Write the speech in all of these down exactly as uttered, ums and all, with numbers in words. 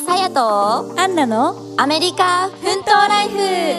さやとアンナのアメリカ奮闘ライフ。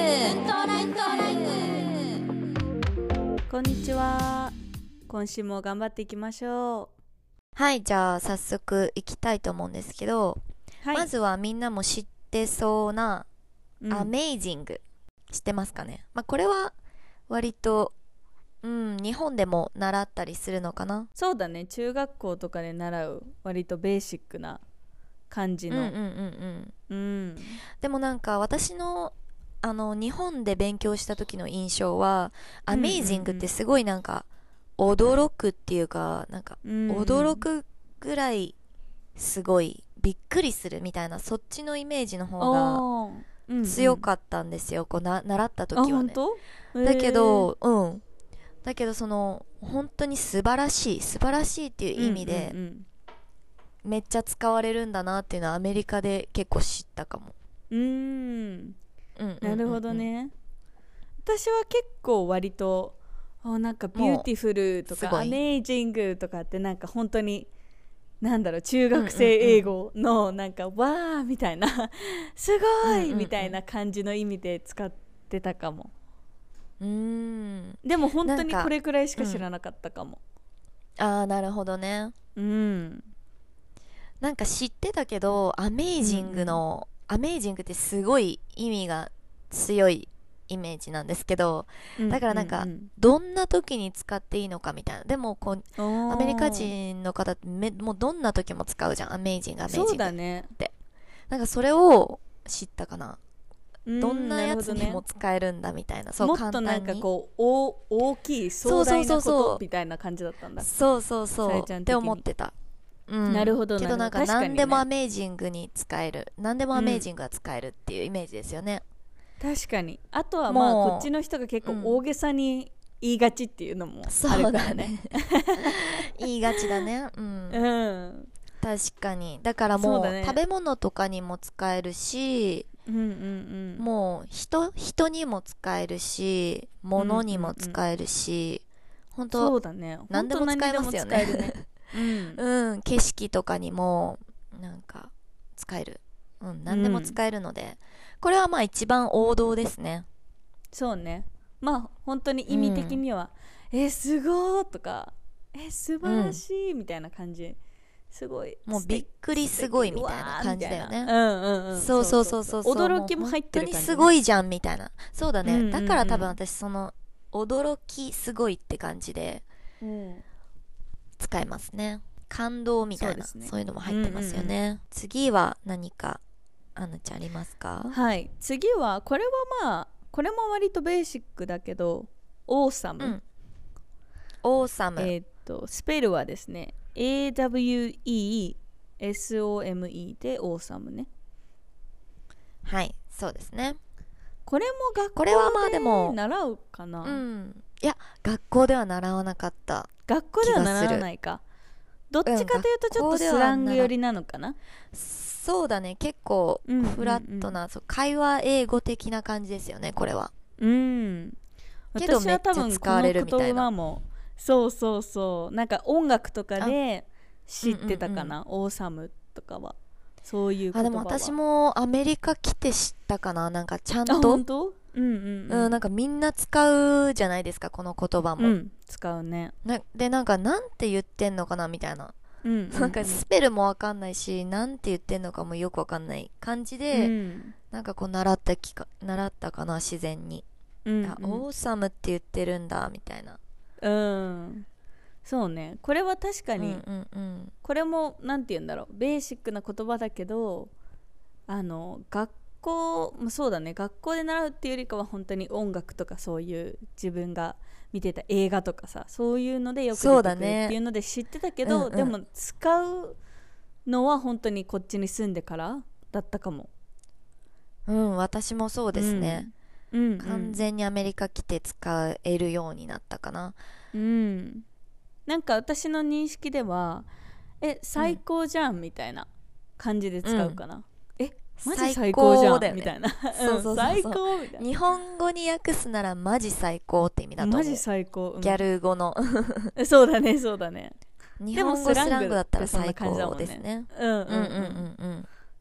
こんにちは。今週も頑張っていきましょはい、じゃあ早速いきたいと思うんですけど、 う。はい、 まずはみんなも知ってそうな、 うん、 アメイジング知ってますかね。まあこれは割と、うん、日本でも習ったりするのかな。 そうだね、中学校とかで習う割とベーシックな感じの、 うんうんうんうんうんでもなんか私のあの日本で勉強した時の印象は、アメイジングってすごいなんか驚くっていうか、なんかうんうん、 驚くぐらいすごいびっくりするみたいな、そっちのイメージの方がおー、うんうん、 強かったんですよ、こうな習った時あ、 はね。 本当？ だけど、うんだけどその本当に素晴らしい素晴らしいっていう意味で、 うんうんめっちゃ使われるんだなっていうのはアメリカで結構知ったかも。 うん、うーん、 うんうんうんうん、 なるほどね。私は結構割とあなんかビューティフルとかアメイジングとかってなんか本当になんだろう、中学生英語のなんか、うんうんうん、わーみたいなすごいみたいな感じの意味で使ってたかも。 うーんでも本当にこれくらいしか知らなかったかも。 うん、ああなるほどね。 うんなんか知ってたけど、アメイジングの、うんうん、アメイジングってすごい意味が強いイメージなんですけど、だからなんか、うんうん、どんな時に使っていいのかみたいな。でもこうアメリカ人の方ってめもうどんな時も使うじゃん、アメイジングアメイジングって。そうだね。なんかそれを知ったかな。どんなやつにも使えるんだみたいな、そう、 もっとなんかこうお大きい壮大なことみたいな感じだったんだ。 そうそうそうって思ってた。うん、 なるほど。 けどなんか何でもアメージングに使える、ね、何でもアメージングが使えるっていうイメージですよね、 うん、確かに。あとはまあこっちの人が結構大げさに言いがちっていうのもあるからね、 うん、そうだね言いがちだね、うん、 うん、 確かに。だからもう、ね、食べ物とかにも使えるし、 うんうんうん、 もう 人, 人にも使えるし、物にも使えるし、うんうんうん、本当そうだね、何でも使えますよねうん、うん、景色とかにもなんか使える、うん、何でも使えるので、うん、これはまあ一番王道ですね。 そうね。まあ本当に意味的には、うん、えすごーとかえ素晴らしいみたいな感じ、すごいもうびっくりすごいみたいな感じだよね。 うんうんうん、 そうそうそうそうそう、 驚きも入ってる感じ、ね、 本当にすごいじゃんみたいな。そうだね、うんうんうん、だから多分私その驚きすごいって感じで、うん使えますね。感動みたいな、そう、ね、そういうのも入ってますよね、うんうんうん、次は何かアンナちゃんありますか？ はい、次はこれはまあこれも割とベーシックだけどオーサム、うん、 オーサム、 えー、っとスペルはですね エーダブリューイーエスオーエムイー でオーサムね。 はい、そうですね。 これも学校で習うかな、 うん、いや学校では習わなかった。 学校では習わないか。どっちかというとちょっとスラング寄りなのかな、うん、 そうだね、結構フラットな、うんうんうん、そう会話英語的な感じですよね、これは。 うんけどめっちゃ使われるみたいな。私は多分この言葉もそうそうそう、なんか音楽とかで知ってたかな、うんうんうん、オーサムとかはそういう言葉は。 あでも私もアメリカ来て知ったかな、なんかちゃんと。あ本当？うんうんうん、 うん、なんかみんな使うじゃないですか、この言葉も、 うん、使うね。 なでなんかなんて言ってんのかなみたいな、うんうんうん、なんかスペルもわかんないし、なんて言ってんのかもよくわかんない感じで、うん、なんかこう習ったきか習ったかな自然に、うんうん、あオーサムって言ってるんだみたいな。うんそうね、これは確かに、 うんうんうん、 これもなんて言うんだろう、ベーシックな言葉だけど、あの学校もそうだね、学校で習うっていうよりかは本当に音楽とかそういう自分が見てた映画とかさ、そういうのでよく出てくるっていうので知ってたけど、ね、うんうん、でも使うのは本当にこっちに住んでからだったかも。 うん私もそうですね、 うんうんうん、 完全にアメリカ来て使えるようになったかな。 うんなんか私の認識ではえ最高じゃんみたいな感じで使うかな、うん、えマジ最高じゃん、ね、みたいなそうそうそうそう最高みたいな。 日本語に訳すならマジ最高って意味だと思う。 マジ最高、 うん、ギャル語のそうだねそうだね。 日本語スラングだったら最高ですね。 うんうんうんうん、うん、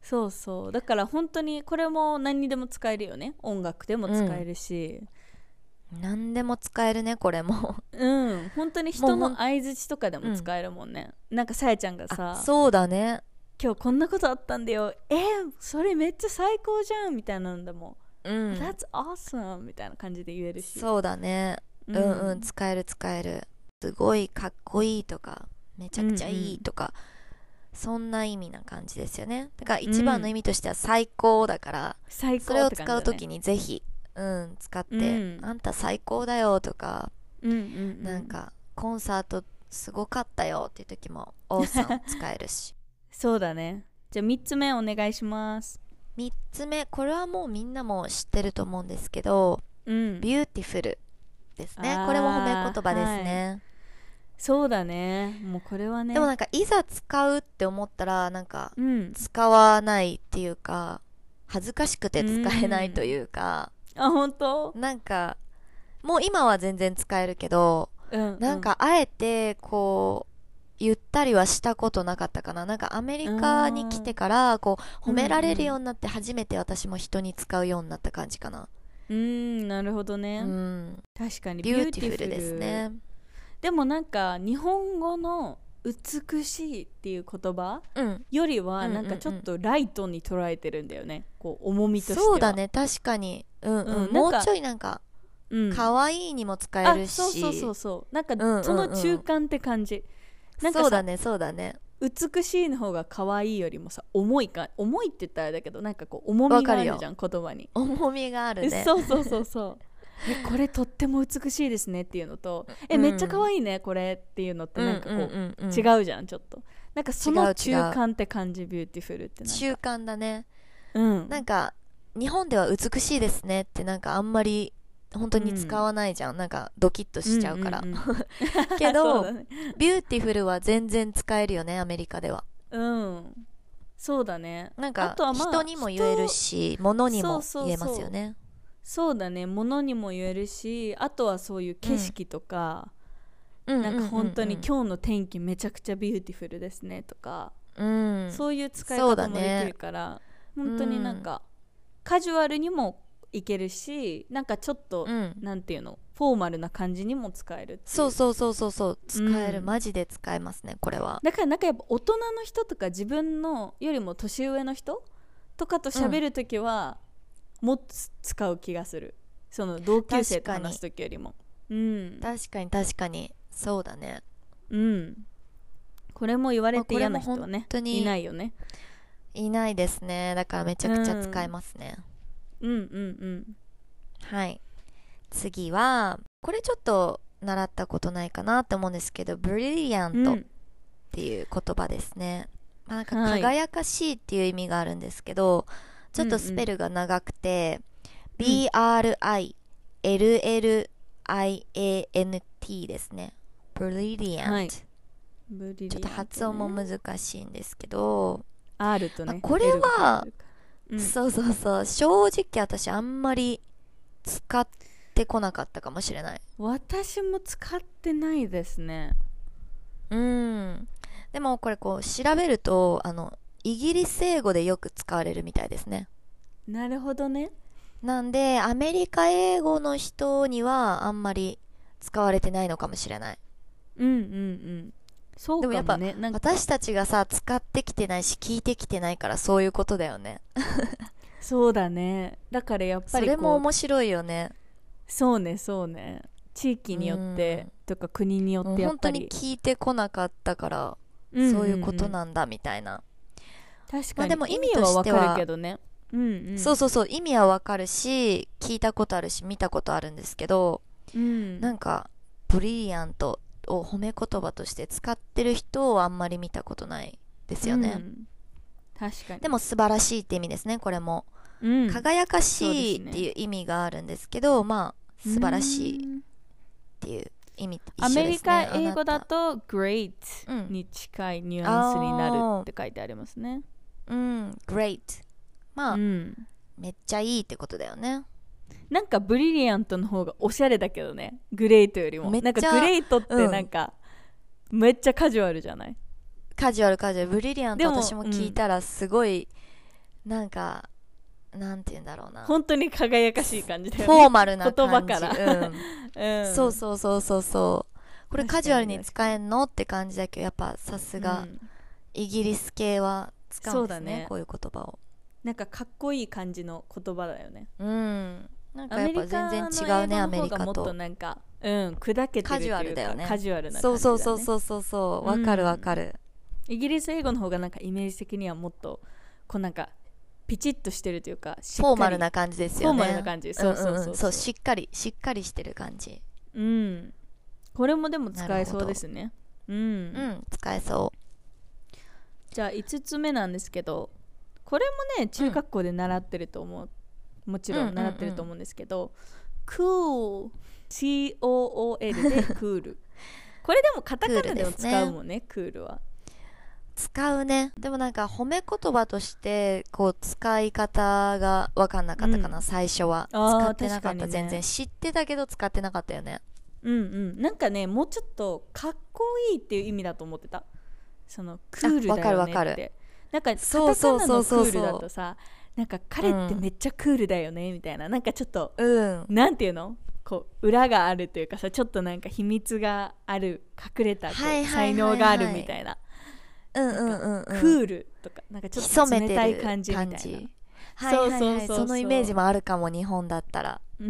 そうそう、だから本当にこれも何にでも使えるよね。音楽でも使えるし、 うん、何でも使えるねこれもうん本当に人の相槌とかでも使えるもんね、うん、なんかさやちゃんがさ、 そうだね、 今日こんなことあったんだよ、えー、それめっちゃ最高じゃんみたいなのでも、うん、That's awesome みたいな感じで言えるし、 そうだね、うん、うんうん使える使える、すごいかっこいいとかめちゃくちゃいいとか、うんうん、そんな意味な感じですよね。だから一番の意味としては最高だから、うん、最高って感じだね、それを使うときにぜひ、うん、使って、うん、あんた最高だよとか、うんうんうん、なんかコンサートすごかったよっていう時もオーサム使えるしそうだね。じゃあみっつめお願いします。 みっつめ、これはもうみんなも知ってると思うんですけど、うん、ビューティフルですね。これも褒め言葉ですね、はい、 そうだね。もうこれはね、 でもなんかいざ使うって思ったらなんか使わないっていうか、うん、恥ずかしくて使えないというか、 うん、あ本当なんかもう今は全然使えるけど、うんうん、なんかあえてこう言ったりはしたことなかったかな。なんかアメリカに来てからこう褒められるようになって初めて私も人に使うようになった感じかな。 うーんなるほどね、うん、確かにビューティフルですね。 でもなんか日本語の美しいっていう言葉、うん、よりはなんかちょっとライトに捉えてるんだよね、こう重みとしては。 そうだね確かに、うんうんうん、もうちょいなんか可愛、うん、いにも使えるし、 そうそうそうそう、なんかその中間って感じ、うんうんうん、 なんかそうだねそうだね、 美しいの方が可愛いよりもさ重いか、重いって言ったらあれだけどなんかこう重みがあるじゃん言葉に。 重みがあるね。 そうそうそうそうえこれとっても美しいですねっていうのと、えめっちゃ可愛いねこれっていうのってなんかこう、うんうんうんうん、違うじゃんちょっと。なんかその中間って感じ、ビューティフルってなんか中間だね。うん。なんか日本では美しいですねってなんかあんまり本当に使わないじゃん、うん、なんかドキッとしちゃうから、うんうんうん、けど、ね、ビューティフルは全然使えるよねアメリカでは。 うんそうだね。 なんかあとは、まあ、人にも言えるし物にも言えますよね。 そうだね、物にも言えるし、あとはそういう景色とか、うん、なんか本当に今日の天気めちゃくちゃビューティフルですねとか、うん、そういう使い方もできるから、ね、本当になんか、うん、カジュアルにもいけるし、なんかちょっと、うん、なんていうのフォーマルな感じにも使えるっていう。 そうそうそうそうそう使える、うん、マジで使えますねこれは。 だからなんかやっぱ大人の人とか自分のよりも年上の人とかと喋るときは、うん、もっと使う気がする、その同級生と話すときよりも。うん、 確かに確かにそうだね。 うんこれも言われて嫌な人はね、まあ、いないよね。 いないですね。だからめちゃくちゃ使えますね、 うん、うんうんうんはい。次はこれちょっと習ったことないかなと思うんですけど、ブリリアントっていう言葉ですね、うん、まあ、なんか輝かしいっていう意味があるんですけど、はい、ちょっとスペルが長くて、うんうん、ビーアールアイエルエルアイエーエヌティー ですね。ブリリアント、はい、ちょっと発音も難しいんですけど、 R とね、 まあ、これは、うん、そうそうそう、正直私あんまり使ってこなかったかもしれない。 私も使ってないですね。 うん。でもこれこう調べるとあのイギリス英語でよく使われるみたいですね。 なるほどね。 なんでアメリカ英語の人にはあんまり使われてないのかもしれない。 うんうんうん。そうかもね。でもやっぱなんか私たちがさ使ってきてないし聞いてきてないからそういうことだよね。 そうだね。だからやっぱりそれも面白いよね。 そうねそうね。地域によってとか国によってやっぱり本当に聞いてこなかったから、うんうんうん、そういうことなんだみたいな。 確かに、まあ、でも意味はわかるけどね、 うんうん、そうそうそう、意味はわかるし聞いたことあるし見たことあるんですけど、うん、なんかブリリアントを褒め言葉として使ってる人をあんまり見たことないですよね、うん、 確かに。 でも素晴らしいって意味ですねこれも、うん、輝かしいっていう意味があるんですけど、まあ素晴らしいっていう意味、一緒ですね。 アメリカ英語だと great に近いニュアンスになるって書いてありますね。 うん、great。まあ、うん、めっちゃいいってことだよね。 なんかブリリアントの方がおしゃれだけどね、グレートよりも。なんかグレートってなんか、うん、めっちゃカジュアルじゃない？ カジュアルカジュアル。ブリリアント私も聞いたらすごい、 なんかなんて言うんだろうな、 本当に輝かしい感じだよね、 フォーマルな感じ、 言葉から、 うんうん、そうそうそうそうそう、これカジュアルに使えんのって感じだけど、やっぱさすが、うん、イギリス系は使うんです ね, ねこういう言葉を。 なんかかっこいい感じの言葉だよね。 うん、なんかやっぱ全然違うね、アメリカと。 もっとなんか、うん、砕けてるっていうかカジュアルだよね。カジュアルな感じだね。 そうそうそうそうそう、わかるわかる、 うん。イギリス英語の方がなんかイメージ的にはもっとこうなんかピチッとしてるというか、しっかりフォーマルな感じですよね。 フォーマルな感じ。そうそうそうそう、うんうん、 そう、しっかりしっかりしてる感じ。 うん。これもでも使えそうですね。うん、うん、 使えそう。 じゃあいつつめなんですけど、これもね中学校で習ってると思う、うん、もちろん習ってると思うんですけど、cool、 シーオーオーエル でクールこれでもカタカナでも使うもんね、クールは使うね。でもなんか褒め言葉としてこう使い方が分かんなかったかな、うん、最初は使ってなかった、ね、全然知ってたけど使ってなかったよね。 うんうん、なんかねもうちょっとかっこいいっていう意味だと思ってた。そのクールだよねって。わかるわかる。なんかカタカナのクールだとさ、なんか彼ってめっちゃクールだよねみたいな、うん、なんかちょっと、うん、なんていうのこう裏があるというかさ、ちょっとなんか秘密がある、隠れた才能があるみたいな、うんうんうん、クールとかなんかちょっと冷たい感じみたいな、 そうそうそう、そのイメージもあるかも、日本だったら。 うん。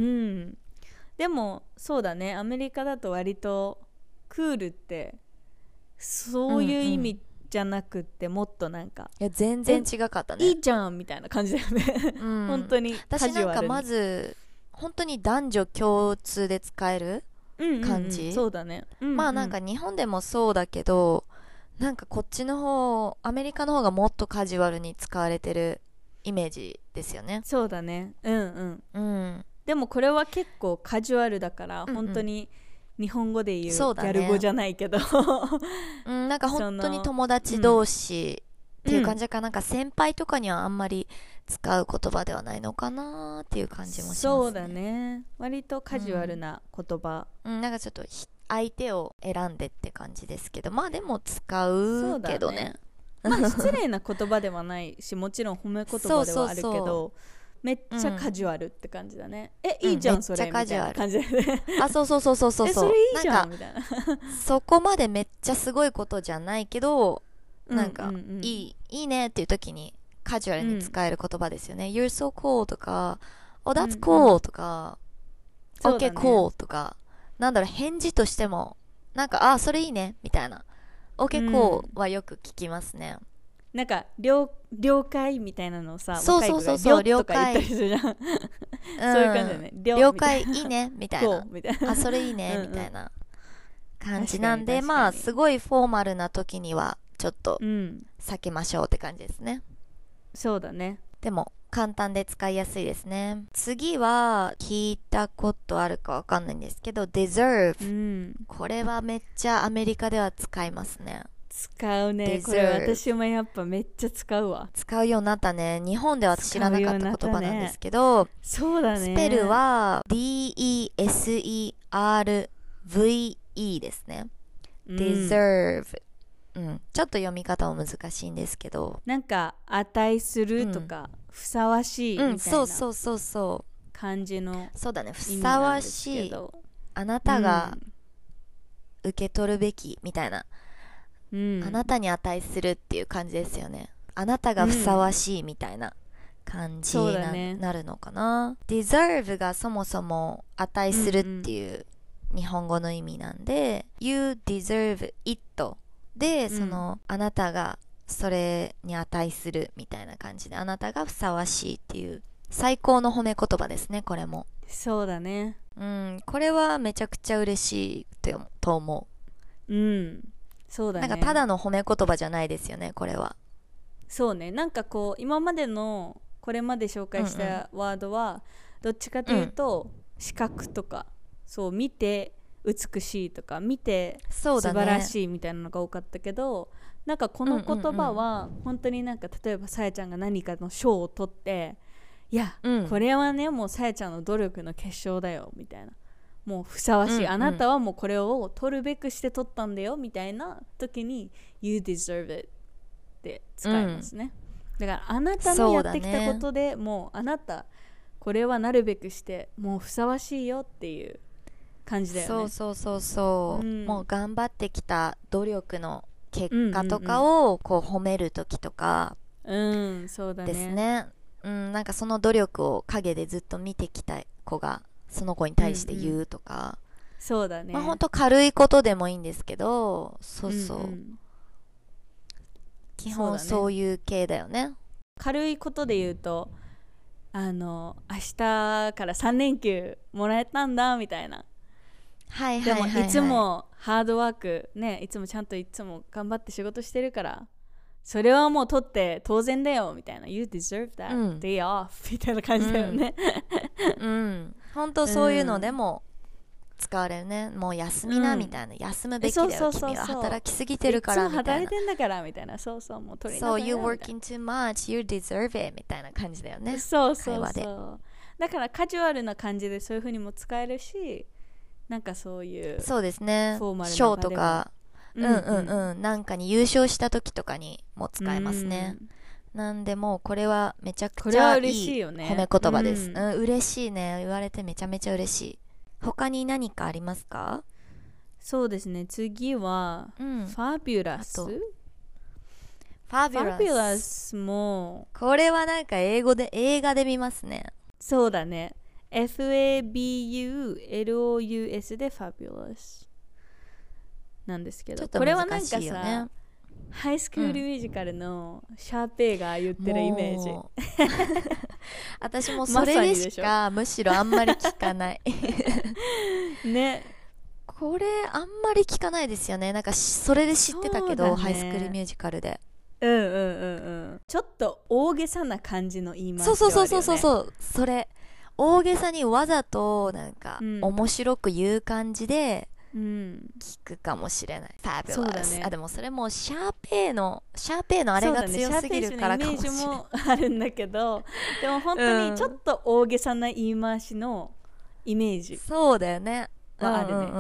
でもそうだね、アメリカだと割とクールってそういう意味じゃなくって、もっとなんか、 いや全然違かったね。 いいじゃんみたいな感じだよね、うん、本当にカジュアルに。 私なんかまず本当に男女共通で使える感じ、 うんうんうん、そうだね、 うんうん、まあなんか日本でもそうだけど、なんかこっちの方、アメリカの方がもっとカジュアルに使われてるイメージですよね。 そうだね、うんうんうん。でもこれは結構カジュアルだから、うんうん、本当に日本語で言うギャル語じゃないけど、 うん、なんか本当に友達同士っていう感じだから、うん、なんか先輩とかにはあんまり使う言葉ではないのかなっていう感じもしますね。 そうだね、割とカジュアルな言葉、 うんうん、なんかちょっと相手を選んでって感じですけど、まあでも使うけど ね, ねまあ失礼な言葉ではないし、もちろん褒め言葉ではあるけど、そうそうそう、めっちゃカジュアルって感じだね、うん、えいいじゃん、うん、それみたいな感じだね。 あ、そうそうそうそうそう、 えそれいいじゃんみたいなそこまでめっちゃすごいことじゃないけど、なんか、うんうんうん、いいいいねっていう時にカジュアルに使える言葉ですよね、うん、You're so cool とか Oh that's cool とか、うんうん、OK cool とか、なんだろう、返事としてもなんか、あ、それいいねみたいな OK cool はよく聞きますね、 うん、なんか 了, 了解みたいなのをさ、 そうそうそうそう、了解そういう感じだね、 うん、了解いいねみたいなあ、それいいねみたいな感じなんで、まあすごいフォーマルな時にはちょっと避けましょうって感じですね、 うん、そうだね。 でも簡単で使いやすいですね。次は聞いたことあるかわかんないんですけど deserve、うん、これはめっちゃアメリカでは使いますね。 使うね、これ私もやっぱめっちゃ使うわ。 使うようになったね。日本では知らなかった言葉なんですけど、 ね、そうだね、 スペルは ディーイーエスイーアールブイイー ですね、うん、deserve、うん、ちょっと読み方も難しいんですけど、 なんか値するとか、うん、ふさわしいみたいな、うん、 そうそうそうそう感じの、 そうだね、ふさわしい、あなたが受け取るべきみたいな、うん、あなたに値するっていう感じですよね。あなたがふさわしいみたいな感じに な,、ね、なるのかな。 deserve がそもそも値するっていう日本語の意味なんで、うん、you deserve it で、その、うん、あなたがそれに値するみたいな感じで、あなたがふさわしいっていう最高の褒め言葉ですね、これも。 そうだね、 うん、これはめちゃくちゃ嬉しいと思う。うんそうだね、 なんかただの褒め言葉じゃないですよね、これは。 そうね、なんかこう今までのこれまで紹介したワードはどっちかというと、うん、視覚とか、そう見て美しいとか見て素晴らしいみたいなのが多かったけど、なんかこの言葉は本当になんか、例えばさやちゃんが何かの賞を取って、いや、うん、これはねもうさやちゃんの努力の結晶だよみたいな、もうふさわしい、うんうん、あなたはもうこれを取るべくして取ったんだよみたいな時に You deserve it って使いますね、 だからあなたのやってきたことで、ね、もうあなたこれはなるべくしてもうふさわしいよっていう感じだよね。 そうそうそうそう、うん、もう頑張ってきた努力の結果とかをこう褒める時とかですね、うん、そうだね、うん、なんかその努力を陰でずっと見てきた子がその子に対して言うとか、うんうん、 そうだね、 まあ本当軽いことでもいいんですけど、そうそう、うんうん、基本そういう系だよね。 軽いことで言うと、あの明日からさんれんきゅうもらえたんだみたいな、 はいはいはいはい、 でもいつもハードワークね、いつもちゃんといつも頑張って仕事してるからそれはもう取って当然だよみたいな、 You deserve that、うん、day off みたいな感じだよね。 うん、うん、本当そういうのでも使われるね、うん、もう休みなみたいな、うん、休むべきだよ、そうそうそうそう、君は働きすぎてるからみたいな、いつも働いてんだからみたいな、そうそう、もう取りなさいよ、そう You're working too much, you deserve it みたいな感じだよね。 そうそうそう、だからカジュアルな感じでそういう風にも使えるし、なんかそういうそうですね、賞とか、うんうんうん、なんかに優勝した時とかにも使えますね、うん、なんでもうこれはめちゃくちゃいい褒め言葉です、うんうん、嬉しいね、言われてめちゃめちゃ嬉しい。他に何かありますか？ そうですね、次は、うん、ファビュラス。ファビュラス。 ファビュラスもこれはなんか英語で映画で見ますね。 そうだね、 エフ エー ビー ユー エル オー ユー エス でファビュラスなんですけど、ね、これはなんかさ、ハイスクールミュージカルのシャーペイが言ってるイメージ、うん、 私もそれでしかむしろあんまり聞かないね、 これあんまり聞かないですよね。なんかそれで知ってたけど、ね、ハイスクールミュージカルで、 うんうんうんうん、ちょっと大げさな感じの言い回し、 そうそうそうそうそうそう、それ大げさにわざとなんか面白く言う感じで、うん、聞くかもしれない。ファビュラス、ね、あでもそれもシャーペイのシャーペイのあれが強すぎるからかもしれない、 イメージもあるんだけど、でも本当にちょっと大げさな言い回しのイメージ、 そうだよね、 はあるね、うんうんうん、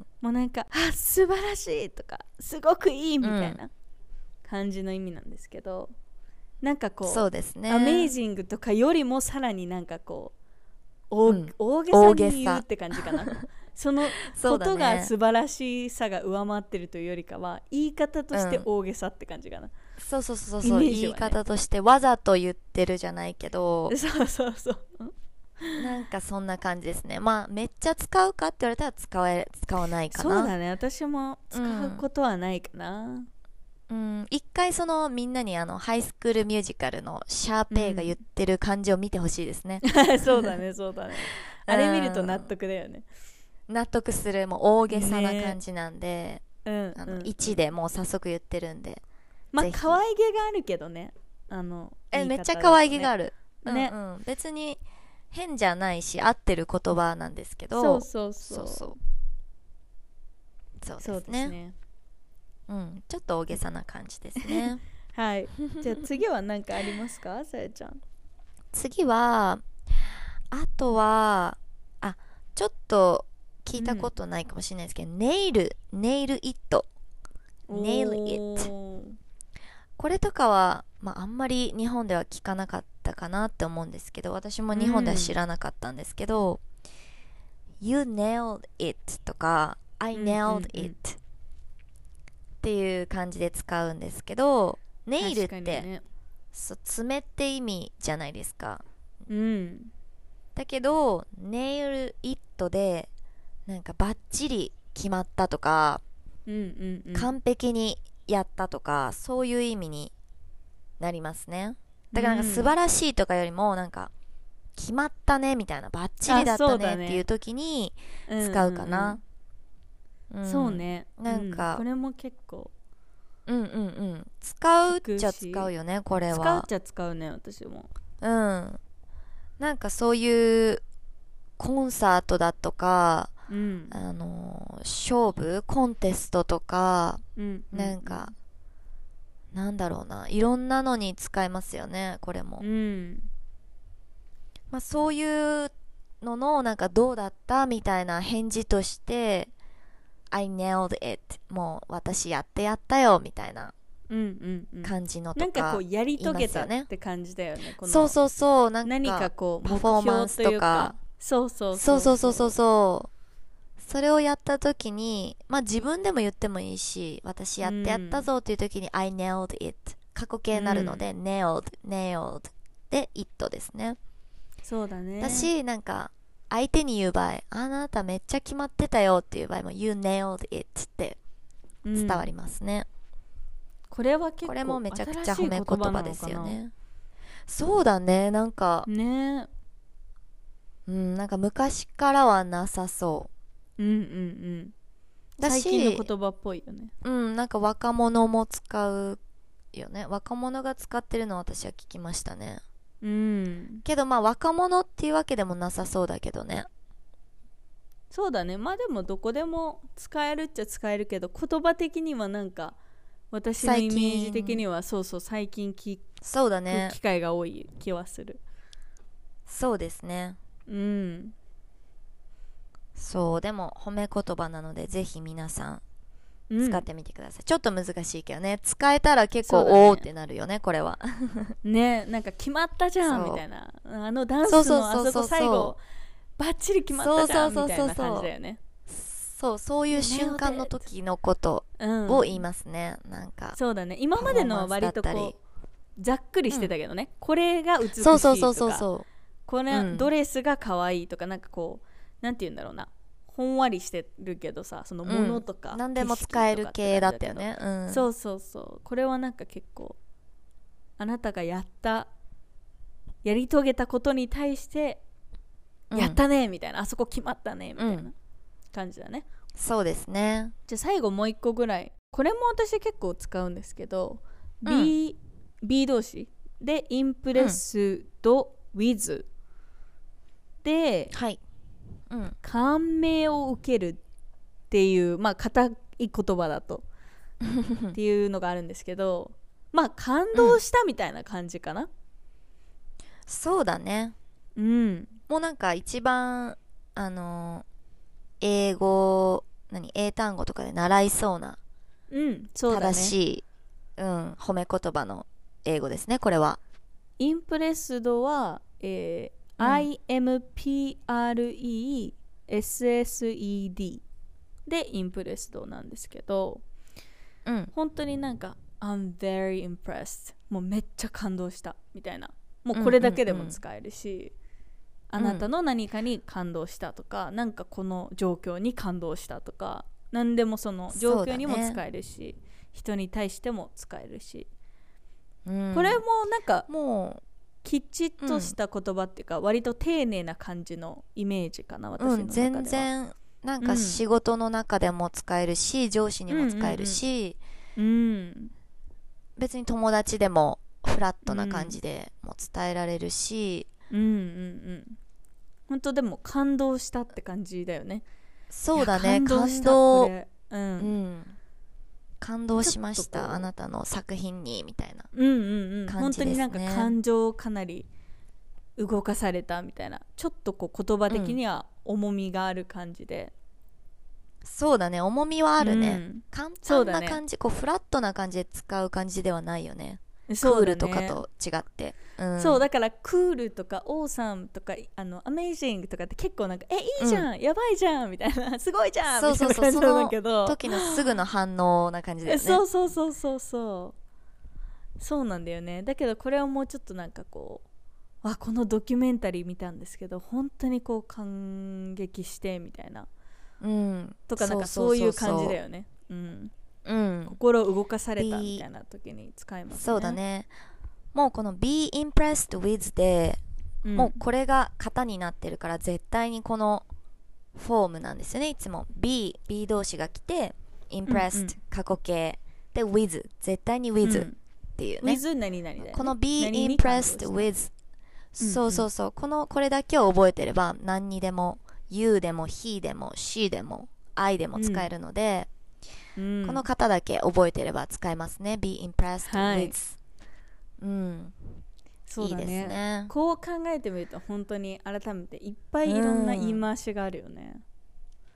もうなんかあ素晴らしいとかすごくいいみたいな感じの意味なんですけど、なんかこう、 そうですね、 アメイジングとかよりもさらになんかこう大、うん、大げさに言うって感じかなそのことが素晴らしさが上回ってるというよりかは、言い方として大げさって感じかな、うん、 そうそうそうそう、ね、言い方としてわざと言ってるじゃないけど、 そうそうそうなんかそんな感じですね。まあめっちゃ使うかって言われたら使え使わないかな。 そうだね、私も使うことはないかな。 うん、一回そのみんなにあのハイスクールミュージカルのシャーペイが言ってる感じを見てほしいですね、 うん、そうだねそうだねあれ見ると納得だよね、 納得する、もう大げさな感じなんで、ね、あのいちでもう早速言ってるんで、 まあ可愛げがあるけどね、あのえ、ね、めっちゃ可愛げがある、ね、うんうん、別に変じゃないし合ってる言葉なんですけど、 そうそうそうそうそうそうですね、ね、うん、ちょっと大げさな感じですねはい、じゃあ次は何かありますか、さやちゃん。 次はあとはあちょっと聞いたことないかもしれないですけど、うん、ネイルネイルイットネイルイット、これとかは、まあ、あんまり日本では聞かなかったかなって思うんですけど、私も日本では知らなかったんですけど、うん、You nailed it とか I nailed it、うんうんうん、っていう感じで使うんですけど、ネイルって、ね、そう爪って意味じゃないですか、 うん、 だけどネイルイットでなんかバッチリ決まったとか、 うんうんうん、 完璧にやったとか、そういう意味になりますね。だからなんか素晴らしいとかよりもなんか決まったねみたいな、バッチリだったねっていう時に使うかな。 うんうんうん、そうね、 なんか、うん、 これも結構うんうんうん使うっちゃ使うよね、これは。 使うっちゃ使うね、私も。 うん、なんかそういうコンサートだとか、うん、あの勝負コンテストとか、うん、なんか、うん、なんだろうな、いろんなのに使えますよね、これも、 うん、 まあ、そういうののなんかどうだったみたいな返事として I nailed it、 もう私やってやったよみたいなうんうんうん、 感じのとか、 なんかこうやり遂げたっね、 て感じだよね。このそうそうそう、なんか何かこうパフォーマンスとか、 そうそうそうそうそうそうそうそれをやった時に、まあ自分でも言ってもいいし、私やってやったぞっていう時に、うん、I nailed it 過去形になるので、うん、nailed nailed で it ですね。 そうだね。 だし、なんか相手に言う場合、あなためっちゃ決まってたよっていう場合も You nailed it って伝わりますね、 うん、これは結構これもめちゃくちゃ褒め言葉ですよね。そうだね、なんかね、 うん、なんか昔からはなさそう。 うんうんうん。だし最近の言葉っぽいよね。 うん、なんか若者も使うよね。若者が使ってるのを私は聞きましたね。 うん。 けどまあ若者っていうわけでもなさそうだけどね。 そうだね。まあでもどこでも使えるっちゃ使えるけど、言葉的にはなんか私のイメージ的にはそうそう最近聞そうだね。 く機会が多い気はする。 そうですね。 うん。 そう、でも褒め言葉なのでぜひ皆さん使ってみてください、うん、ちょっと難しいけどね、使えたら結構、ね、おーってなるよねこれはね、なんか決まったじゃんみたいな、あのダンスのあそこ最後バッチリ決まったじゃんみたいな感じだよね。 そうそういう瞬間の時のことを言いますね、うん、なんかそうだね、今までのは割とこうざっくりしてたけどね、うん、これが美しいとか、 そうそうそうそうそう、 これ、うん、ドレスが可愛いとか、なんかこうなんて言うんだろうな、ほんわりしてるけどさ、そのものとか、 うん、何でも使える系だったよね、うん、 そうそうそう、これはなんか結構あなたがやったやり遂げたことに対して、うん、やったねみたいな、あそこ決まったねみたいな感じだね、 うん、そうですね。 じゃあ最後もう一個ぐらい、これも私結構使うんですけど、 うん、 B, B 動詞でインプレスド with で、 はいうん、 感銘を受けるっていう、まあ硬い言葉だとっていうのがあるんですけど、まあ感動したみたいな感じかな、うん、 そうだね、 うん、 もうなんか一番あの英語何英単語とかで習いそうな、 うん、そうだね、 正しい、うん、褒め言葉の英語ですねこれは。 インプレスドは、えーうん、アイエムピーアールイーエスエスイーディー でインプレスドなんですけど、 うん、 本当になんか I'm very impressed もうめっちゃ感動したみたいな、もうこれだけでも使えるし、うんうんうん、あなたの何かに感動したとか、うん、なんかこの状況に感動したとか、何でもその状況にも使えるし、ね、人に対しても使えるし、うん、これもなんかもうきちっとした言葉っていうか、うん、割と丁寧な感じのイメージかな、私の中では、うん、 全然なんか仕事の中でも使えるし、うん、上司にも使えるし、 うんうんうん、 別に友達でもフラットな感じでも伝えられるし、 うんうんうん、本当でも感動したって感じだよね。 そうだね、感動した、 感動、うんうん、感動しましたあなたの作品にみたいな感じですね、 うんうんうん、本当になんか感情をかなり動かされたみたいな、ちょっとこう言葉的には重みがある感じで、 うん、そうだね、重みはあるね、うん、簡単な感じ、ね、こうフラットな感じで使う感じではないよね、 そうだね、 クールとかと違って、うん、 そうだからクールとかオーサムとかあのアメイジングとかって結構なんかえいいじゃん、うん、やばいじゃんみたいな、すごいじゃんみたいな感じなんだけど、 その時のすぐの反応な感じだよね。 そうそうそうそうそうそうなんだよね。だけどこれはもうちょっとなんかこう、あこのドキュメンタリー見たんですけど本当にこう感激してみたいな、 うん、 とかなんかそういう感じだよね。うんうん、心動かされたみたいな時に使いますね。 そうだね、もうこの be impressed with で、うん、もうこれが型になってるから絶対にこのフォームなんですよね、いつも be, be 動詞が来て impressed、うんうん、過去形で with 絶対に with、うん、っていうね、 with 何々だよね、 この be impressed with、うんうん、そうそうそう、このこれだけを覚えてれば何にでも you でも he でも she でも I でも使えるので、うん、この型だけ覚えてれば使えますね、 be impressed with、はい、うん、 そうだね、いいですね。こう考えてみると本当に改めていっぱいいろんな言い回しがあるよね、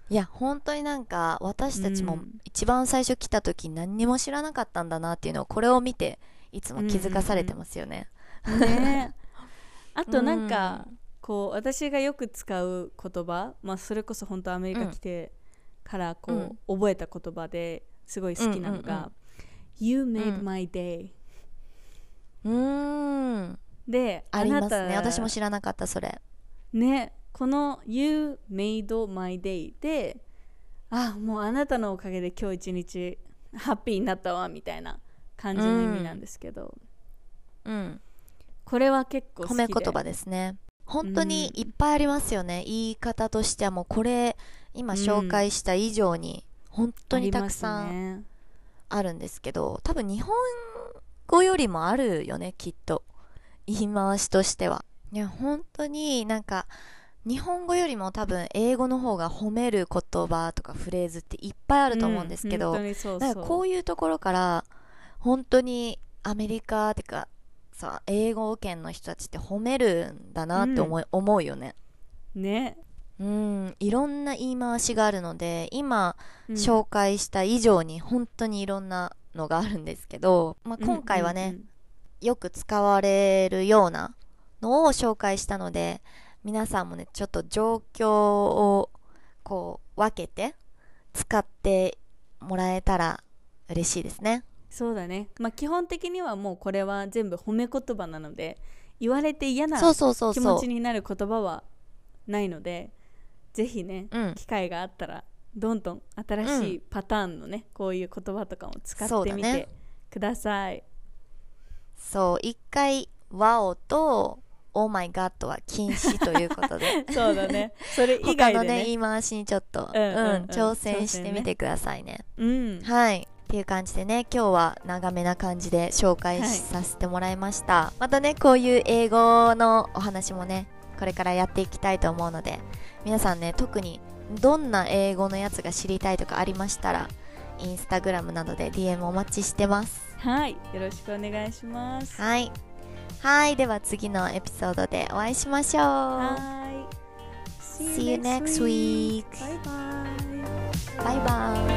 いや本当になんか私たちもうん一番最初来た時何にも知らなかったんだなっていうのをこれを見ていつも気づかされてますよね。 ねあとなんか、 うんこう私がよく使う言葉、まあ、それこそ本当アメリカ来てからこう、覚えた言葉ですごい好きなのが、You made my day、 うーんでありますあなたね。私も知らなかったそれ。 ねこの You made my day で、あもうあなたのおかげで今日一日ハッピーになったわみたいな感じの意味なんですけど、 うん、 これは結構好きで、 褒め言葉ですね。本当にいっぱいありますよね、うん、言い方としてはもうこれ今紹介した以上に本当にたくさんあるんですけど、多分日本語よりもあるよねきっと言い回しとしては。いや本当になんか日本語よりも多分英語の方が褒める言葉とかフレーズっていっぱいあると思うんですけど、 うん、そうそうなんかこういうところから本当にアメリカってかさ英語圏の人たちって褒めるんだなって思い、うん、思うよね。 ね、 うんいろんな言い回しがあるので今紹介した以上に本当にいろんなのがあるんですけど、まあ、今回はね、うんうんうん、よく使われるようなのを紹介したので皆さんもねちょっと状況をこう分けて使ってもらえたら嬉しいですね。 そうだね、まあ、基本的にはもうこれは全部褒め言葉なので言われて嫌な気持ちになる言葉はないので、ぜひね、うん、機会があったらどんどん新しいパターンのね、うん、こういう言葉とかも使ってみてください。 そう一回ワオとオーマイガッドは禁止ということでそうだね、それ以外でね他のね言い回しにちょっと、うんうんうん、挑戦してみてくださいね。 うん、 はいっていう感じでね今日は長めな感じで紹介させてもらいました、はい、またねこういう英語のお話もねこれからやっていきたいと思うので皆さんね特にどんな英語のやつが知りたいとかありましたらインスタグラムなどで ディーエム お待ちしてます。 はい、よろしくお願いします。 はいはいでは次のエピソードでお会いしましょう。 はい See you next week. Bye bye. Bye bye.